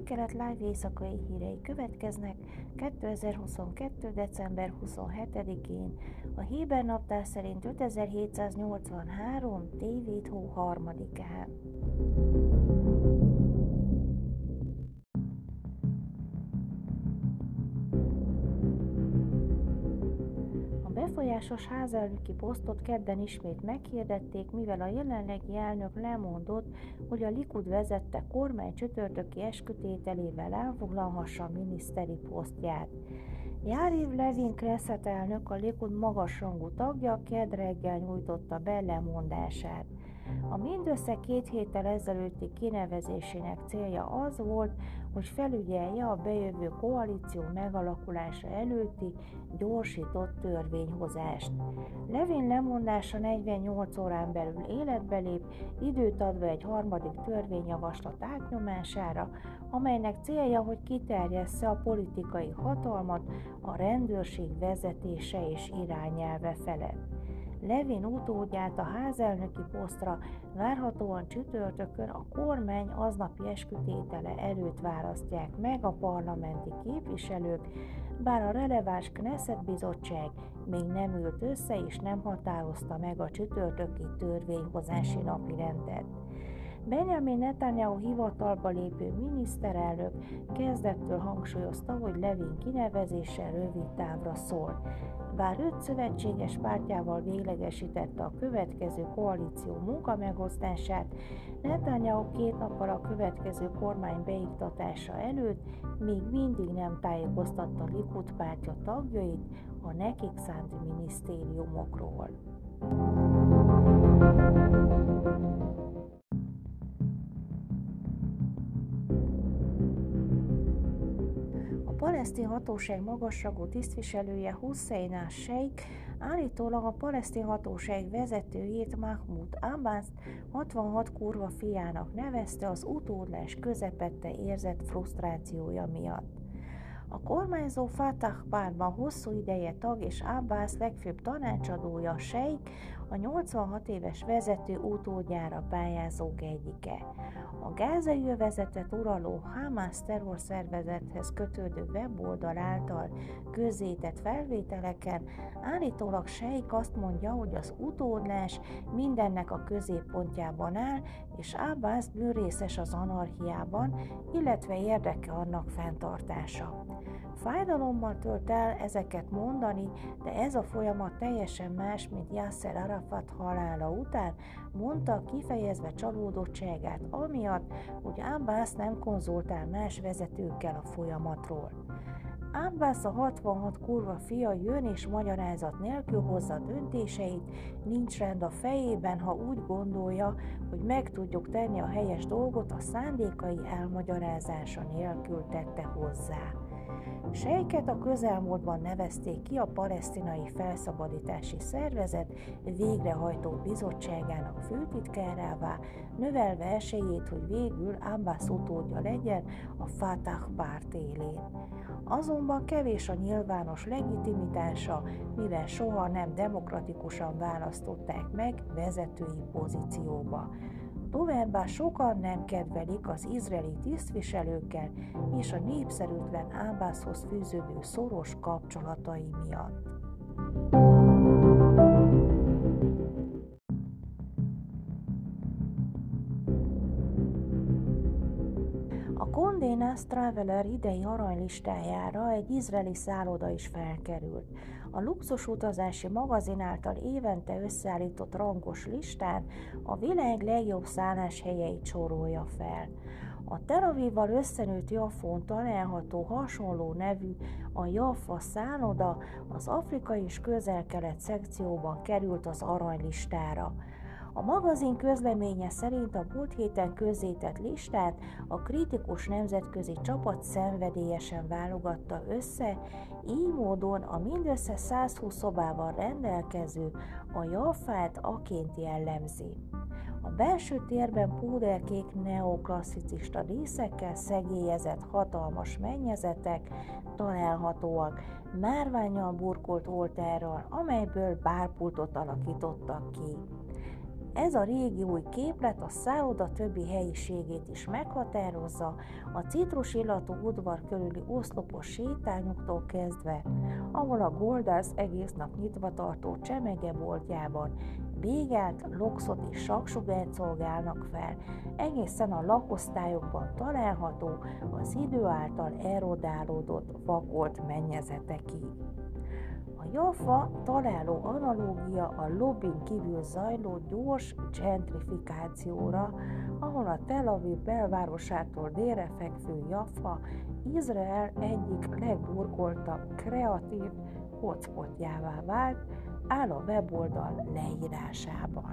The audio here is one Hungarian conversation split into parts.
Dél-Kelet Live éjszakai hírei következnek 2022. december 27-én, a Héber naptár szerint 5783. Tévét hó 3-án. A befolyásos házelnöki posztot kedden ismét meghirdették, mivel a jelenlegi elnök lemondott, hogy a Likud vezette kormány csütörtöki eskütételével elfoglalhassa a miniszteri posztját. Yariv Levin Knesset elnök, a Likud magasrangú tagja kedd reggel nyújtotta be lemondását. A mindössze 2 héttel ezelőtti kinevezésének célja az volt, hogy felügyelje a bejövő koalíció megalakulása előtti gyorsított törvényhozást. Levin lemondása 48 órán belül életbe lép, időt adva egy harmadik törvényjavaslat átnyomására, amelynek célja, hogy kiterjessze a politikai hatalmat a rendőrség vezetése és irányelve felett. Levin utódját a házelnöki posztra várhatóan csütörtökön a kormány aznapi eskütétele előtt választják meg a parlamenti képviselők, bár a releváns Knesset bizottság még nem ült össze és nem határozta meg a csütörtöki törvényhozási napirendet. Benjamin Netanyahu hivatalba lépő miniszterelnök kezdettől hangsúlyozta, hogy Levin kinevezése rövid távra szól. Bár 5 szövetséges pártjával véglegesítette a következő koalíció munkamegosztását, Netanyahu 2 nappal a következő kormány beiktatása előtt még mindig nem tájékoztatta Likud pártja tagjait a nekik szánt minisztériumokról. A palesztin hatóság magasrangú tisztviselője Hussein al-Sheikh állítólag a palesztin hatóság vezetőjét, Mahmoud Abbast 66 kurva fiának nevezte az utódlás közepette érzett frusztrációja miatt. A kormányzó Fatah pártban hosszú ideje tag és Abbas legfőbb tanácsadója, Sheikh a 86 éves vezető utódjára pályázók egyike. A gázai övezetet uraló Hamas terrorszervezethez kötődő weboldal által közzétett felvételeken állítólag Sheikh azt mondja, hogy az utódlás mindennek a középpontjában áll, és Abbas bőrészes az anarchiában, illetve érdeke annak fenntartása. Fájdalommal tölt el ezeket mondani, de ez a folyamat teljesen más, mint Yasser Arafat halála után, mondta, kifejezve csalódottságát amiatt, hogy Abbas nem konzultál más vezetőkkel a folyamatról. Abbas a 66 kurva fia jön és magyarázat nélkül hozza döntéseit, nincs rend a fejében, ha úgy gondolja, hogy meg tudjuk tenni a helyes dolgot, a szándékai elmagyarázása nélkül tette hozzá. Sheikhet a közelmúltban nevezték ki a Palesztinai Felszabadítási Szervezet végrehajtó bizottságának főtitkárává, növelve esélyét, hogy végül Abbas utódja legyen a Fatah párt élén. Azonban kevés a nyilvános legitimitása, mivel soha nem demokratikusan választották meg vezetői pozícióba. Továbbá sokan nem kedvelik az izraeli tisztviselőkkel és a népszerűtlen Abbashoz fűződő szoros kapcsolatai miatt. A Condé Nast Traveler idei aranylistájára egy izraeli szálloda is felkerült. A luxus utazási magazin által évente összeállított rangos listán a világ legjobb szálláshelyeit sorolja fel. A Tel Avivval összenőtt Jafón található hasonló nevű a Jaffa szálloda az afrikai és közel-kelet szekcióban került az aranylistára. A magazin közleménye szerint a múlt héten közzétett listát a kritikus nemzetközi csapat szenvedélyesen válogatta össze, így módon a mindössze 120 szobával rendelkező a Jaffát aként jellemzi. A belső térben púderkék neoklasszicista díszekkel szegélyezett hatalmas mennyezetek találhatóak, márvánnyal burkolt oltárral, amelyből bárpultot alakítottak ki. Ez a régi új képlet a szálloda többi helyiségét is meghatározza, a citrusillatú udvar körüli oszlopos sétányuktól kezdve, ahol a Golders egész nap nyitva tartó csemegeboltjában bégelt, loxot és saksugát szolgálnak fel, egészen a lakosztályokban található, az idő által erodálódott, vakolt mennyezetekig. A Jaffa találó analógia a lobbin kívül zajló gyors gentrifikációra, ahol a Tel Aviv belvárosától délre fekvő Jaffa Izrael egyik legburkoltabb kreatív hotspotjává vált, áll a weboldal leírásában.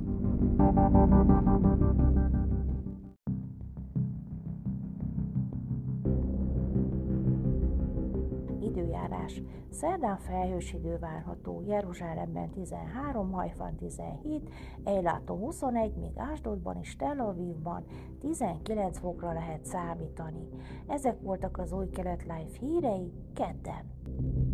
Időjárás. Szerdán felhős idő várható, Jeruzsálemben 13, Hajfán 17, Eiláton 21, míg Ásdodban és Tel Avivban 19 fokra lehet számítani. Ezek voltak az Új Kelet Live hírei kedden.